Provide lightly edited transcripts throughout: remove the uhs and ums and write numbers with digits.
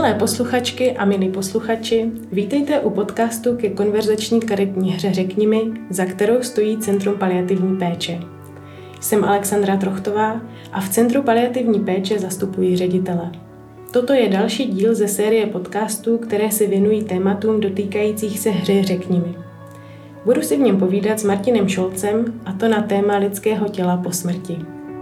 Milé posluchačky a milí posluchači, vítejte u podcastu ke konverzační karetní hře Řekni mi, za kterou stojí Centrum paliativní péče. Jsem Alexandra Trochtová a v Centru paliativní péče zastupuji ředitele. Toto je další díl ze série podcastů, které se věnují tématům dotýkajících se hry Řekni mi. Budu si v něm povídat s Martinem Šolcem, a to na téma lidského těla po smrti.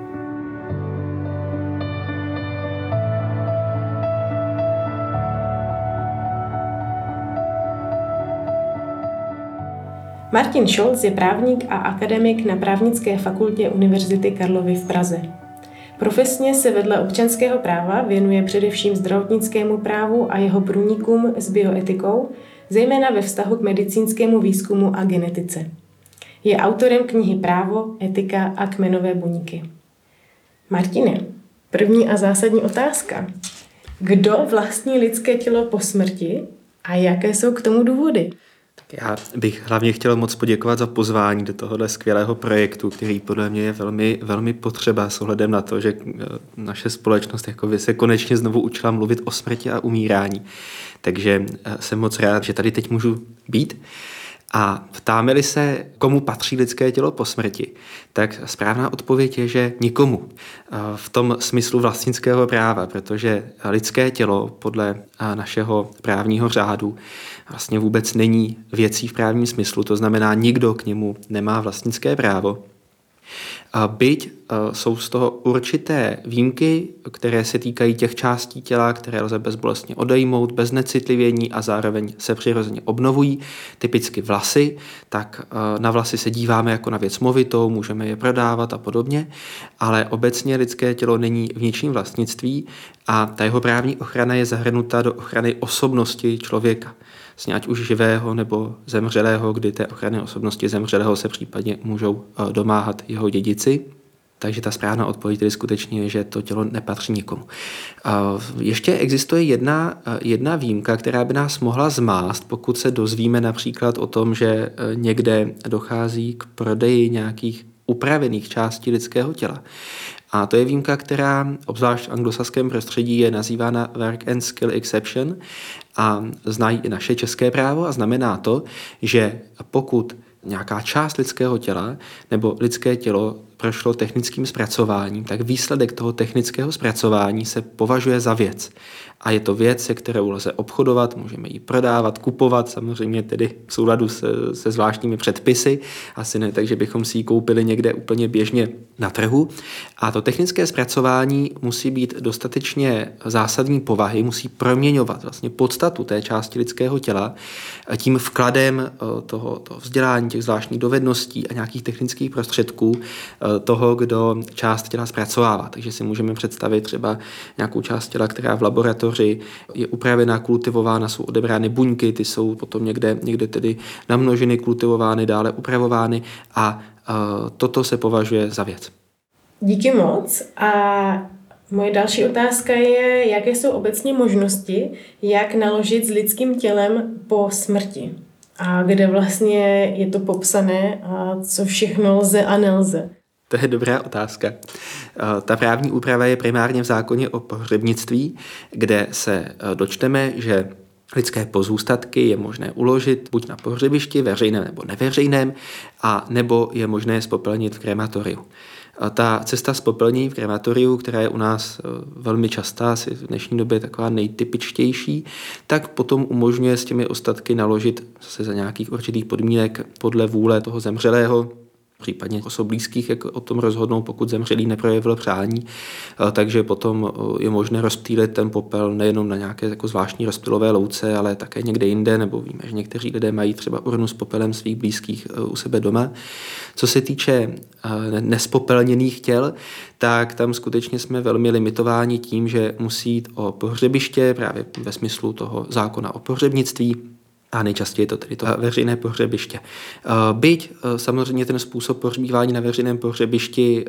Martin Šolc je právník a akademik na Právnické fakultě Univerzity Karlovy v Praze. Profesně se vedle občanského práva věnuje především zdravotnickému právu a jeho průnikům s bioetikou, zejména ve vztahu k medicínskému výzkumu a genetice. Je autorem knihy Právo, etika a kmenové buňky. Martine, první a zásadní otázka. Kdo vlastní lidské tělo po smrti a jaké jsou k tomu důvody? Já bych hlavně chtěl moc poděkovat za pozvání do tohohle skvělého projektu, který podle mě je velmi, velmi potřeba s ohledem na to, že naše společnost se konečně znovu učila mluvit o smrti a umírání. Takže jsem moc rád, že tady teď můžu být. A ptáme-li se, komu patří lidské tělo po smrti, tak správná odpověď je, že nikomu. V tom smyslu vlastnického práva, protože lidské tělo podle našeho právního řádu vlastně vůbec není věcí v právním smyslu, to znamená, nikdo k němu nemá vlastnické právo. Byť jsou z toho určité výjimky, které se týkají těch částí těla, které lze bezbolestně odejmout, bez necitlivění a zároveň se přirozeně obnovují, typicky vlasy, tak na vlasy se díváme jako na věc movitou, můžeme je prodávat a podobně, ale obecně lidské tělo není v ničím vlastnictví a ta jeho právní ochrana je zahrnuta do ochrany osobnosti člověka. Ať už živého nebo zemřelého, kdy té ochrany osobnosti zemřelého se případně můžou domáhat jeho dědici. Takže ta správná odpověď tedy skutečně je, že to tělo nepatří nikomu. Ještě existuje jedna výjimka, která by nás mohla zmást, pokud se dozvíme například o tom, že někde dochází k prodeji nějakých upravených částí lidského těla. A to je výjimka, která obzvlášť v anglosaském prostředí je nazývána work and skill exception a znají i naše české právo a znamená to, že pokud nějaká část lidského těla nebo lidské tělo prošlo technickým zpracováním, tak výsledek toho technického zpracování se považuje za věc. A je to věc, se kterou lze obchodovat, můžeme ji prodávat, kupovat, samozřejmě tedy v souladu se zvláštními předpisy, asi ne, takže bychom si ji koupili někde úplně běžně na trhu. A to technické zpracování musí být dostatečně zásadní povahy, musí proměňovat vlastně podstatu té části lidského těla tím vkladem toho vzdělání, těch zvláštních dovedností a nějakých technických prostředků toho, kdo část těla zpracovává. Takže si můžeme představit třeba nějakou část těla, která v laboratoři je upravená, kultivována, jsou odebrány buňky, ty jsou potom někde tedy namnoženy, kultivovány, dále upravovány a toto se považuje za věc. Díky moc a moje další otázka je, jaké jsou obecně možnosti, jak naložit s lidským tělem po smrti a kde vlastně je to popsané a co všechno lze a nelze. To je dobrá otázka. Ta právní úprava je primárně v zákoně o pohřebnictví, kde se dočteme, že lidské pozůstatky je možné uložit buď na pohřebišti, veřejném nebo neveřejném, a nebo je možné zpopelnit v krematoriu. Ta cesta zpopelnění v krematoriu, která je u nás velmi častá, asi v dnešní době taková nejtypičtější, tak potom umožňuje s těmi ostatky naložit zase za nějakých určitých podmínek podle vůle toho zemřelého, případně osob blízkých, jak o tom rozhodnou, pokud zemřelý neprojevil přání, takže potom je možné rozptýlit ten popel nejenom na nějaké jako zvláštní rozptylové louce, ale také někde jinde, nebo víme, že někteří lidé mají třeba urnu s popelem svých blízkých u sebe doma. Co se týče nespopelněných těl, tak tam skutečně jsme velmi limitováni tím, že musí jít o pohřebiště, právě ve smyslu toho zákona o pohřebnictví, a nejčastěji je to tedy to veřejné pohřebiště. Byť samozřejmě ten způsob pohřbívání na veřejném pohřebišti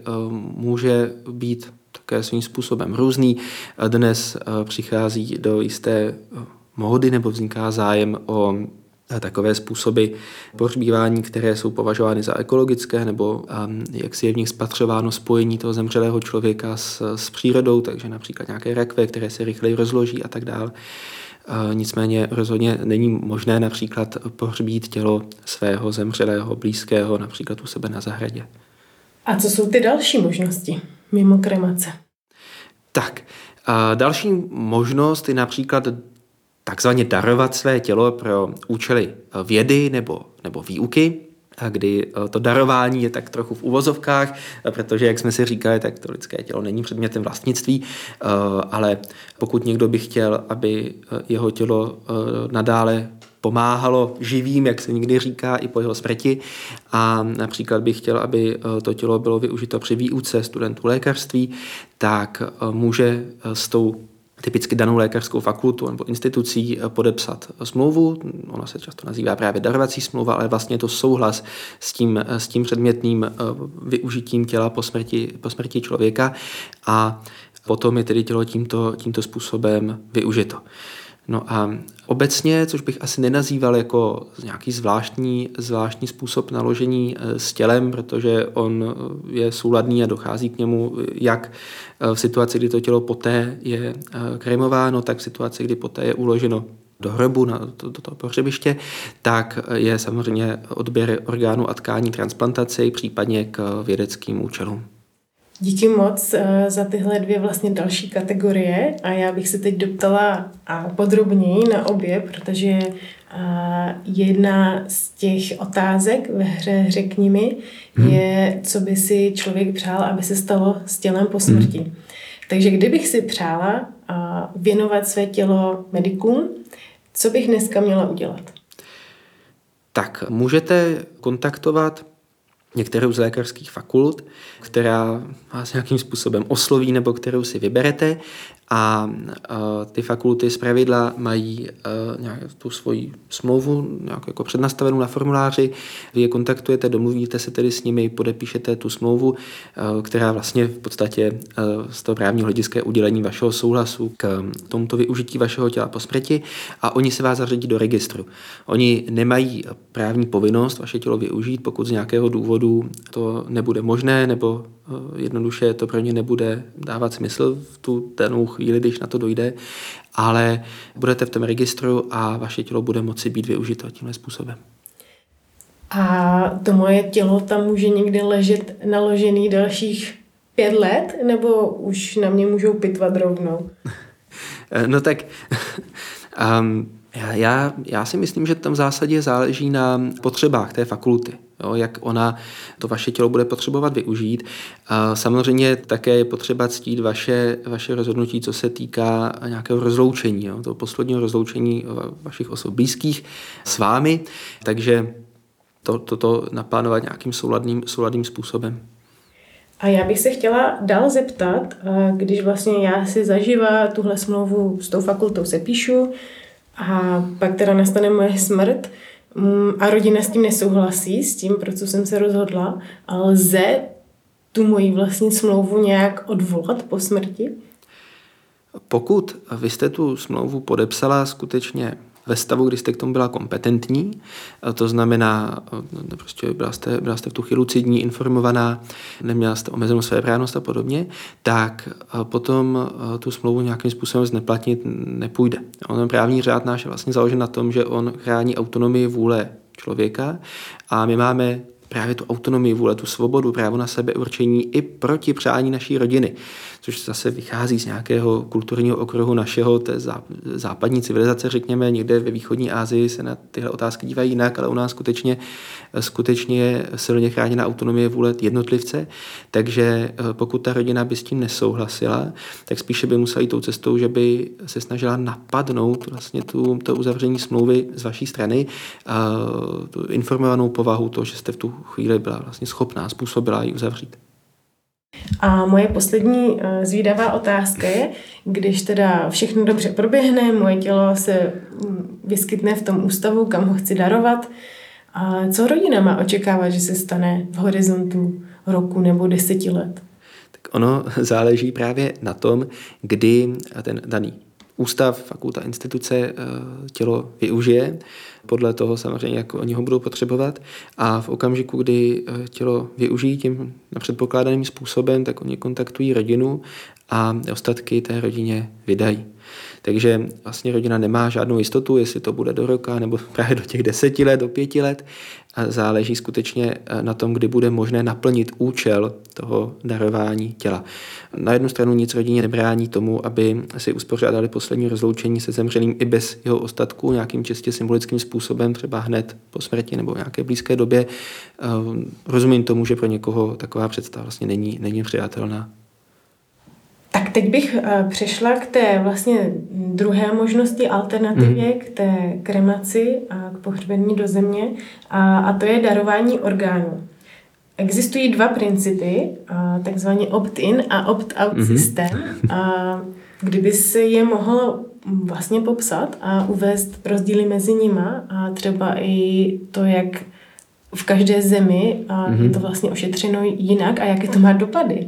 může být také svým způsobem různý. Dnes přichází do jisté módy nebo vzniká zájem o takové způsoby pohřbívání, které jsou považovány za ekologické, nebo jak si je v nich spatřováno spojení toho zemřelého člověka s přírodou, takže například nějaké rakve, které se rychleji rozloží a tak dále. Nicméně rozhodně není možné například pohřbít tělo svého zemřelého blízkého například u sebe na zahradě. A co jsou ty další možnosti mimo kremace? Tak, další možnost je například takzvaně darovat své tělo pro účely vědy nebo výuky, kdy to darování je tak trochu v uvozovkách, protože, jak jsme si říkali, tak to lidské tělo není předmětem vlastnictví, ale pokud někdo by chtěl, aby jeho tělo nadále pomáhalo živým, jak se někdy říká, i po jeho smrti, a například by chtěl, aby to tělo bylo využito při výuce studentů lékařství, tak může s tou typicky danou lékařskou fakultu nebo institucí podepsat smlouvu. Ona se často nazývá právě darovací smlouva, ale vlastně je to souhlas s tím předmětným využitím těla po smrti člověka a potom je tedy tělo tímto způsobem využito. No a obecně, což bych asi nenazýval jako nějaký zvláštní způsob naložení s tělem, protože on je souladný a dochází k němu jak v situaci, kdy to tělo poté je kremováno, tak v situaci, kdy poté je uloženo do hrobu, do toho pohřebiště, tak je samozřejmě odběr orgánů a tkání transplantace, případně k vědeckým účelům. Díky moc za tyhle dvě vlastně další kategorie a já bych se teď doptala podrobněji na obě, protože jedna z těch otázek ve hře Řekni mi je, co by si člověk přál, aby se stalo s tělem po smrti. Takže kdybych si přála věnovat své tělo medikům, co bych dneska měla udělat? Tak můžete kontaktovat některou z lékařských fakult, která vás nějakým způsobem osloví nebo kterou si vyberete a ty fakulty zpravidla mají tu svoji smlouvu nějak jako přednastavenou na formuláři, vy je kontaktujete, domluvíte se tedy s nimi, podepíšete tu smlouvu, která vlastně v podstatě z toho právního hlediska je udělení vašeho souhlasu k tomuto využití vašeho těla po smrti a oni se vás zařadí do registru. Oni nemají právní povinnost vaše tělo využít, pokud z nějakého důvodu to nebude možné nebo jednoduše to pro ně nebude dávat smysl v tu danou chvíli, když na to dojde, ale budete v tom registru a vaše tělo bude moci být využito tímhle způsobem. A to moje tělo tam může někdy ležet naložený dalších 5 let, nebo už na mě můžou pitvat rovnou? No tak já si myslím, že tam v zásadě záleží na potřebách té fakulty. Jo, jak ona to vaše tělo bude potřebovat využít. A samozřejmě také je potřeba ctít vaše rozhodnutí, co se týká nějakého rozloučení, jo, toho posledního rozloučení vašich osob blízkých s vámi, takže toto naplánovat nějakým souladným způsobem. A já bych se chtěla dál zeptat, když vlastně já si zaživa tuhle smlouvu s tou fakultou sepíšu a pak teda nastane moje smrt, a rodina s tím nesouhlasí, s tím, pro co jsem se rozhodla, ale lze tu moji vlastní smlouvu nějak odvolat po smrti? Pokud vy jste tu smlouvu podepsala skutečně ve stavu, kdy jste k tomu byla kompetentní, to znamená, prostě byla jste v tu chvíli lucidní, informovaná, neměla jste omezenou svéprávnost a podobně, tak potom tu smlouvu nějakým způsobem zneplatnit nepůjde. On právní řád náš je vlastně založen na tom, že on chrání autonomii vůle člověka a my máme právě tu autonomii vůle, tu svobodu, právo na sebeurčení i proti přání naší rodiny, což zase vychází z nějakého kulturního okruhu našeho, té západní civilizace, řekněme, někde ve východní Asii se na tyhle otázky dívají jinak, ale u nás skutečně je silně chráněna autonomie vůle jednotlivce, takže pokud ta rodina by s tím nesouhlasila, tak spíše by musela jít tou cestou, že by se snažila napadnout vlastně to uzavření smlouvy z vaší strany, tu informovanou povahu, to, že jste v tu chvíli byla vlastně schopná, způsobila ji uzavřít. A moje poslední zvídavá otázka je, když teda všechno dobře proběhne, moje tělo se vyskytne v tom ústavu, kam ho chci darovat, a co rodina má očekávat, že se stane v horizontu roku nebo 10 let? Tak ono záleží právě na tom, kdy ten daný ústav, fakulta, instituce tělo využije, podle toho samozřejmě, jak oni ho budou potřebovat, a v okamžiku, kdy tělo využijí tím předpokládaným způsobem, tak oni kontaktují rodinu a ostatky té rodině vydají. Takže vlastně rodina nemá žádnou jistotu, jestli to bude do roka nebo právě do těch 10 let, do 5 let. A záleží skutečně na tom, kdy bude možné naplnit účel toho darování těla. Na jednu stranu nic rodině nebrání tomu, aby si uspořádali poslední rozloučení se zemřelým i bez jeho ostatků, nějakým čistě symbolickým způsobem, třeba hned po smrti nebo v nějaké blízké době. Rozumím tomu, že pro někoho taková představa vlastně není přijatelná. Tak teď bych přešla k té vlastně druhé možnosti, alternativě, k té kremaci a k pohřbení do země, a to je darování orgánů. Existují dva principy, takzvaný opt-in a opt-out systém. Kdyby se je mohlo vlastně popsat a uvést rozdíly mezi nima a třeba i to, jak v každé zemi je to vlastně ošetřeno jinak a jaké to má dopady.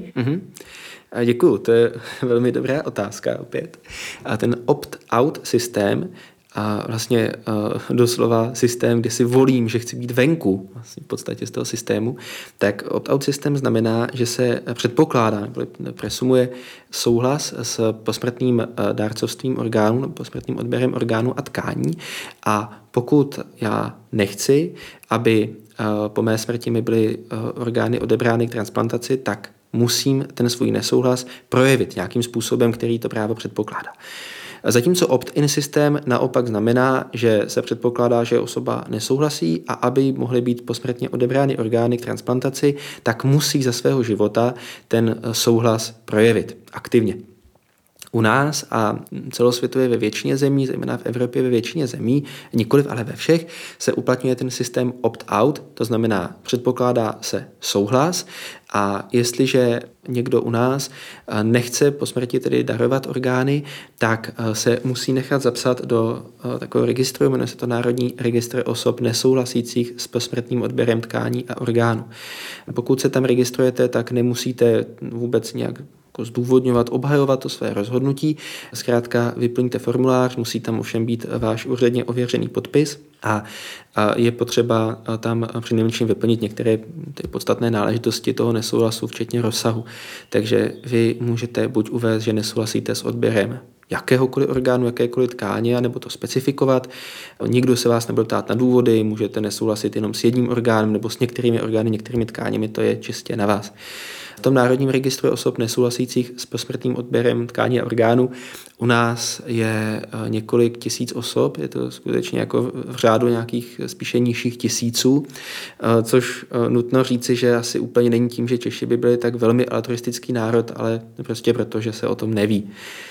Děkuju, to je velmi dobrá otázka opět. A ten opt-out systém, a vlastně doslova systém, kde si volím, že chci být venku vlastně v podstatě z toho systému, tak opt-out systém znamená, že se předpokládá nebo presumuje souhlas s posmrtným dárcovstvím orgánů nebo posmrtným odběrem orgánů a tkání, a pokud já nechci, aby po mé smrti mi byly orgány odebrány k transplantaci, tak musím ten svůj nesouhlas projevit nějakým způsobem, který to právo předpokládá. Zatímco opt-in systém naopak znamená, že se předpokládá, že osoba nesouhlasí, a aby mohly být posmrtně odebrány orgány k transplantaci, tak musí za svého života ten souhlas projevit aktivně. U nás a celosvětově ve většině zemí, zejména v Evropě ve většině zemí, nikoliv ale ve všech, se uplatňuje ten systém opt-out, to znamená předpokládá se souhlas, a jestliže někdo u nás nechce po smrti tedy darovat orgány, tak se musí nechat zapsat do takového registru, jmenuje se to Národní registr osob nesouhlasících s posmrtným odběrem tkání a orgánů. Pokud se tam registrujete, tak nemusíte vůbec nějak zdůvodňovat, obhajovat to své rozhodnutí. Zkrátka vyplňte formulář, musí tam ovšem být váš úředně ověřený podpis a je potřeba tam přinejmenším vyplnit některé ty podstatné náležitosti toho nesouhlasu, včetně rozsahu. Takže vy můžete buď uvést, že nesouhlasíte s odběrem jakéhokoliv orgánu, jakékoliv tkáně, nebo to specifikovat. Nikdo se vás nebude ptát na důvody, můžete nesouhlasit jenom s jedním orgánem nebo s některými orgány, některými tkáněmi, to je čistě na vás. V tom Národním registru osob nesouhlasících s posmrtným odběrem tkání a orgánů u nás je několik tisíc osob, je to skutečně jako v řádu nějakých spíše nižších tisíců, což nutno říci, že asi úplně není tím, že Češi by byli tak velmi altruistický národ, ale prostě proto, že se o tom neví.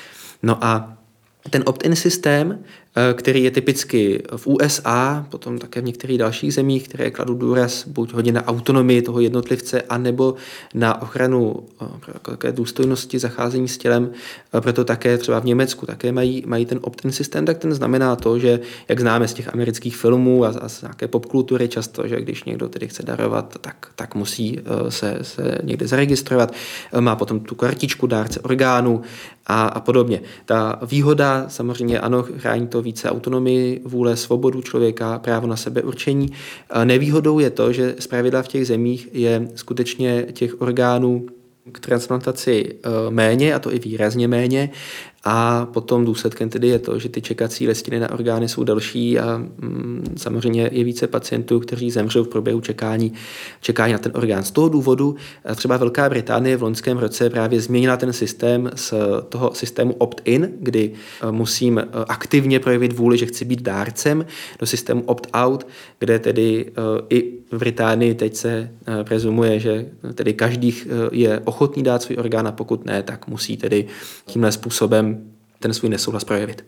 No a ten opt-in systém, který je typicky v USA, potom také v některých dalších zemích, které kladou důraz buď hodně na autonomii toho jednotlivce, anebo na ochranu také důstojnosti zacházení s tělem, proto také třeba v Německu také mají ten opt-in systém, tak ten znamená to, že jak známe z těch amerických filmů a z nějaké popkultury často, že když někdo tedy chce darovat, tak musí se někde zaregistrovat, má potom tu kartičku dárce orgánů a podobně. Ta výhoda samozřejmě ano, chrání to více autonomii, vůle, svobodu člověka, právo na sebeurčení. Nevýhodou je to, že zpravidla v těch zemích je skutečně těch orgánů k transplantaci méně, a to i výrazně méně, a potom důsledkem tedy je to, že ty čekací listiny na orgány jsou delší a samozřejmě je více pacientů, kteří zemřou v průběhu čekání na ten orgán. Z toho důvodu třeba Velká Británie v loňském roce právě změnila ten systém z toho systému opt-in, kdy musím aktivně projevit vůli, že chci být dárcem, do systému opt-out, kde tedy i v Británii teď se prezumuje, že tedy každý je ochotný dát svůj orgán, a pokud ne, tak musí tedy tímhle způsobem ten svůj nesouhlas projevit.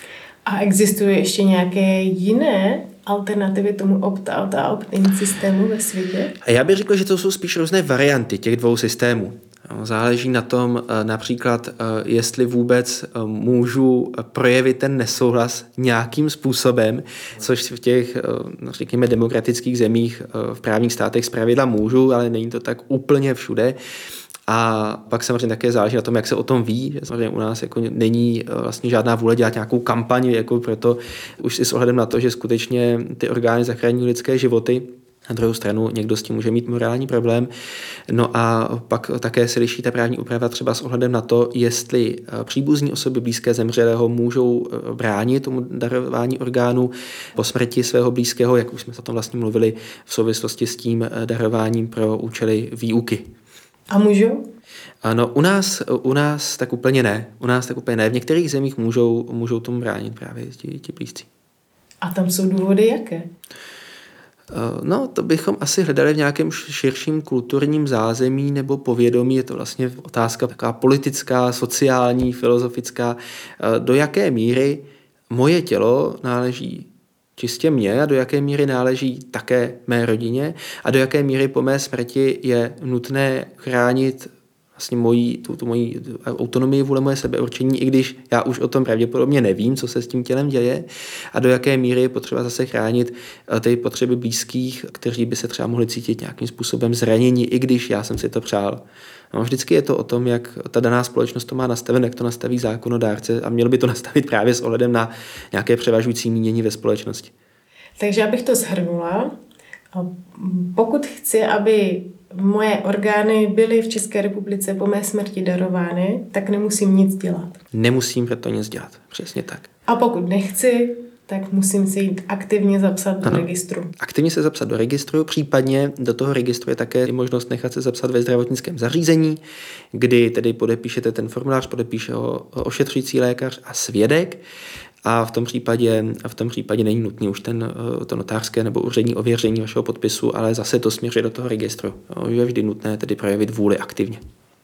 A existuje ještě nějaké jiné alternativy tomu opt-out a opt-in systému ve světě? A já bych řekl, že to jsou spíš různé varianty těch dvou systémů. Záleží na tom například, jestli vůbec můžu projevit ten nesouhlas nějakým způsobem, což v těch, řekněme, demokratických zemích v právních státech zpravidla můžu, ale není to tak úplně všude. A pak samozřejmě také záleží na tom, jak se o tom ví, že samozřejmě u nás jako není vlastně žádná vůle dělat nějakou kampaň, jako proto už i s ohledem na to, že skutečně ty orgány zachraňují lidské životy. Na druhou stranu někdo s tím může mít morální problém. No a pak také se liší ta právní úprava třeba s ohledem na to, jestli příbuzní osoby blízké zemřelého můžou bránit tomu darování orgánů po smrti svého blízkého, jak už jsme o tom vlastně mluvili v souvislosti s tím darováním pro účely výuky. A můžou? No, u nás tak úplně ne. V některých zemích můžou tomu bránit právě ti blízcí. A tam jsou důvody jaké? No, to bychom asi hledali v nějakém širším kulturním zázemí nebo povědomí. Je to vlastně otázka taková politická, sociální, filozofická. Do jaké míry moje tělo náleží čistě mně a do jaké míry náleží také mé rodině a do jaké míry po mé smrti je nutné chránit vlastně moji autonomii, vůle, moje sebeurčení, i když já už o tom pravděpodobně nevím, co se s tím tělem děje a do jaké míry je potřeba zase chránit ty potřeby blízkých, kteří by se třeba mohli cítit nějakým způsobem zranění, i když já jsem si to přál. No, vždycky je to o tom, jak ta daná společnost to má nastaven, jak to nastaví zákonodárce a měl by to nastavit právě s ohledem na nějaké převažující mínění ve společnosti. Takže abych to shrnula, pokud chci, aby moje orgány byly v České republice po mé smrti darovány, tak nemusím nic dělat. Nemusím proto nic dělat, přesně tak. A pokud nechci, tak musím si jít aktivně zapsat do registru. Aktivně se zapsat do registru, případně do toho registru je také možnost nechat se zapsat ve zdravotnickém zařízení, kdy tedy podepíšete ten formulář, podepíše ho ošetřující lékař a svědek. A v tom případě není nutný už to notářské nebo úřední ověření vašeho podpisu, ale zase to směřuje do toho registru. Je vždy nutné tedy projevit vůli aktivně.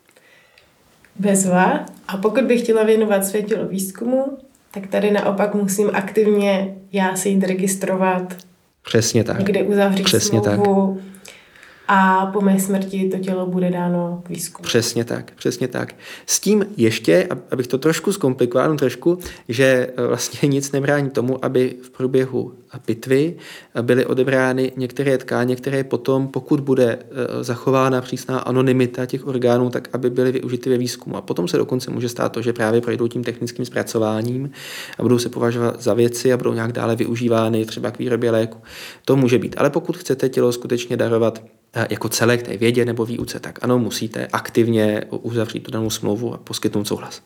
Bezva. A pokud bych chtěla věnovat své tělo výzkumu, tak tady naopak musím aktivně já se jít registrovat. Přesně tak. Někde uzavřít Přesně smlouvu. Tak. A po mé smrti to tělo bude dáno k výzkumu. Přesně tak. S tím ještě, abych to trošku zkomplikoval, že vlastně nic nebrání tomu, aby v průběhu pitvy byly odebrány některé tkáně, které potom, pokud bude zachována přísná anonymita těch orgánů, tak aby byly využity ve výzkumu. A potom se dokonce může stát to, že právě projdou tím technickým zpracováním a budou se považovat za věci a budou nějak dále využívány třeba k výrobě léku. To může být. Ale pokud chcete tělo skutečně darovat jako celek té vědě nebo výuce, tak ano, musíte aktivně uzavřít tu danou smlouvu a poskytnout souhlas.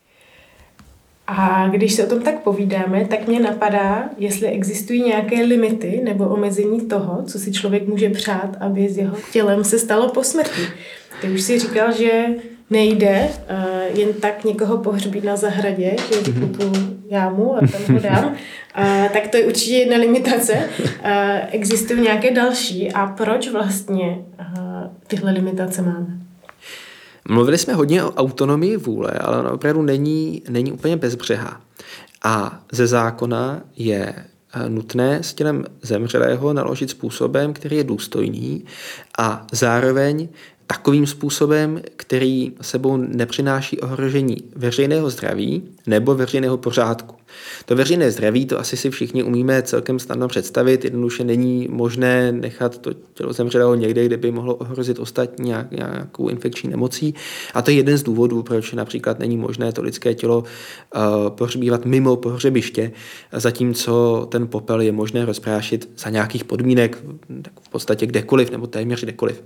A když se o tom tak povídáme, tak mě napadá, jestli existují nějaké limity nebo omezení toho, co si člověk může přát, aby s jeho tělem se stalo po smrti. Ty už si říkal, že nejde jen tak někoho pohřbít na zahradě, že vykupu tu jámu a tam ho dám. Tak to je určitě jedna limitace. Existují nějaké další a proč vlastně tyhle limitace máme? Mluvili jsme hodně o autonomii vůle, ale ona opravdu není úplně bezbřehá. A ze zákona je nutné s tělem zemřelého naložit způsobem, který je důstojný a zároveň takovým způsobem, který sebou nepřináší ohrožení veřejného zdraví nebo veřejného pořádku. To veřejné zdraví, to asi si všichni umíme celkem snadno představit, jednoduše není možné nechat to tělo zemřelého někde, kde by mohlo ohrozit ostatní nějakou infekční nemocí. A to je jeden z důvodů, proč například není možné to lidské tělo pohřbívat mimo pohřebiště, zatímco ten popel je možné rozprášit za nějakých podmínek, v podstatě kdekoliv nebo téměř kdekoliv.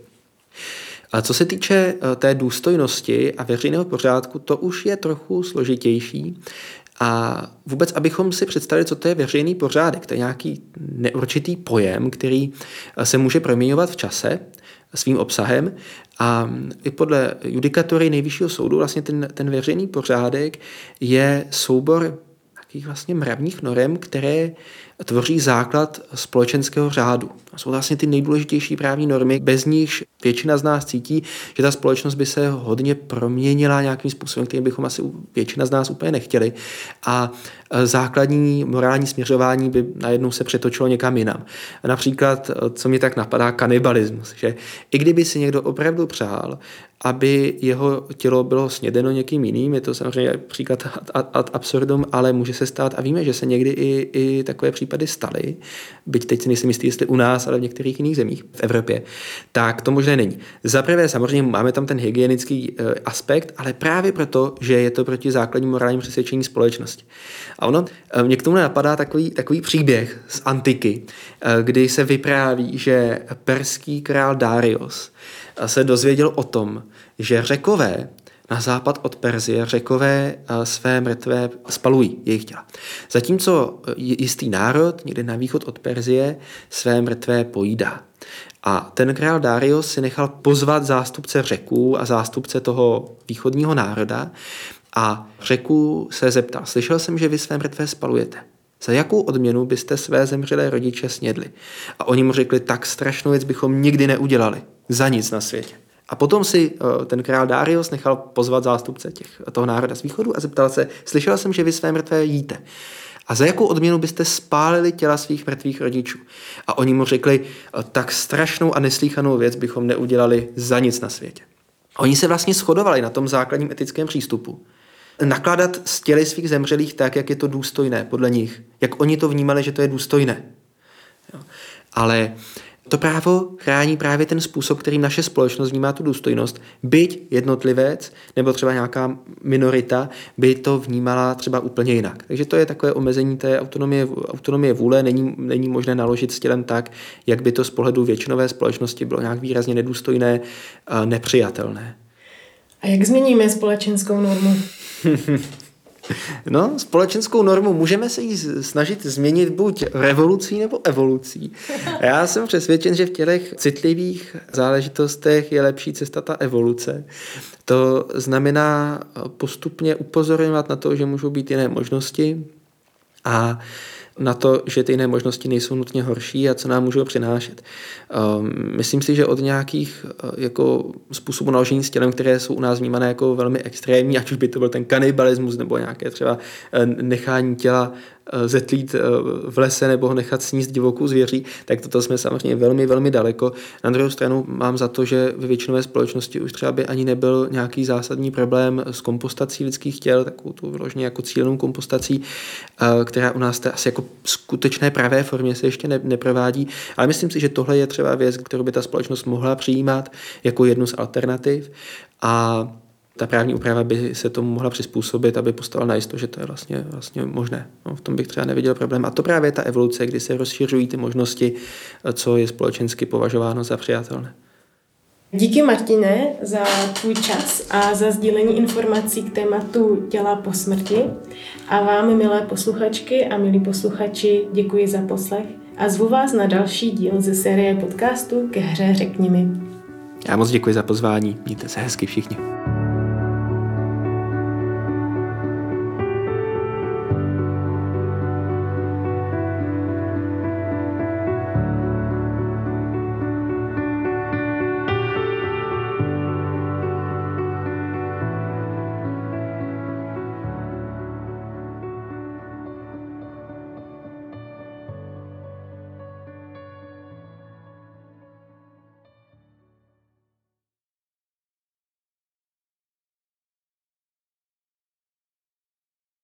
A co se týče té důstojnosti a veřejného pořádku, to už je trochu složitější. A vůbec, abychom si představili, co to je veřejný pořádek, to je nějaký neurčitý pojem, který se může proměňovat v čase svým obsahem. A i podle judikatury Nejvyššího soudu vlastně ten veřejný pořádek je soubor takových vlastně mravních norem, které tvoří základ společenského řádu. A jsou vlastně ty nejdůležitější právní normy, bez nichž většina z nás cítí, že ta společnost by se hodně proměnila nějakým způsobem, který bychom asi většina z nás úplně nechtěli. A základní morální směřování by najednou se přetočilo někam jinam. Například, co mě tak napadá, kanibalismus. Že i kdyby si někdo opravdu přál, aby jeho tělo bylo snědeno někým jiným, je to samozřejmě příklad ad absurdum, ale může se se stát, a víme, že se někdy i takové případy staly, byť teď si nejsem jistý, jestli u nás, ale v některých jiných zemích v Evropě, tak to možné není. Za prvé samozřejmě máme tam ten hygienický aspekt, ale právě proto, že je to proti základním morálním přesvědčení společnosti. A ono, mě k tomu napadá takový příběh z antiky, kdy se vypráví, že perský král Darius se dozvěděl o tom, že Řekové na západ od Perzie, Řekové své mrtvé spalují, jejich těla. Zatímco jistý národ někde na východ od Perzie své mrtvé pojídá. A ten král Darius si nechal pozvat zástupce Řeků a zástupce toho východního národa a Řeků se zeptal: slyšel jsem, že vy své mrtvé spalujete. Za jakou odměnu byste své zemřelé rodiče snědli? A oni mu řekli: tak strašnou věc bychom nikdy neudělali. Za nic na světě. A potom si ten král Darius nechal pozvat zástupce toho národa z východu a zeptal se: slyšel jsem, že vy své mrtvé jíte. A za jakou odměnu byste spálili těla svých mrtvých rodičů? A oni mu řekli: tak strašnou a neslýchanou věc bychom neudělali za nic na světě. A oni se vlastně shodovali na tom základním etickém přístupu. Nakládat s těly svých zemřelých tak, jak je to důstojné podle nich. Jak oni to vnímali, že to je důstojné. Jo. Ale to právo chrání právě ten způsob, kterým naše společnost vnímá tu důstojnost, byť jednotlivec nebo třeba nějaká minorita by to vnímala třeba úplně jinak. Takže to je takové omezení té autonomie vůle, není možné naložit s tělem tak, jak by to z pohledu většinové společnosti bylo nějak výrazně nedůstojné, nepřijatelné. A jak změníme společenskou normu? No, společenskou normu můžeme se ji snažit změnit buď revolucí nebo evolucí. Já jsem přesvědčen, že v těch citlivých záležitostech je lepší cesta ta evoluce. To znamená postupně upozorňovat na to, že můžou být jiné možnosti a na to, že ty jiné možnosti nejsou nutně horší a co nám můžou přinášet. Myslím si, že od nějakých jako způsobů naložení s tělem, které jsou u nás vnímané jako velmi extrémní, ať už by to byl ten kanibalismus nebo nějaké třeba nechání těla zetlít v lese nebo ho nechat sníst divokou zvěří, tak toto jsme samozřejmě velmi, velmi daleko. Na druhou stranu mám za to, že ve většinové společnosti už třeba by ani nebyl nějaký zásadní problém s kompostací lidských těl, takovou tu vyloženě jako cílenou kompostací, která u nás asi jako skutečné pravé formě se ještě neprovádí. Ale myslím si, že tohle je třeba věc, kterou by ta společnost mohla přijímat jako jednu z alternativ a ta právní úprava by se tomu mohla přizpůsobit, aby postavila najisto, že to je vlastně možné. No, v tom bych třeba neviděl problém. A to právě je ta evoluce, kdy se rozšiřují ty možnosti, co je společensky považováno za přijatelné. Díky, Martine, za tvůj čas a za sdílení informací k tématu těla po smrti. A vám, milé posluchačky a milí posluchači, děkuji za poslech a zvu vás na další díl ze série podcastu Ke hře řekni mi. Já moc děkuji za pozvání. Mějte se hezky všichni.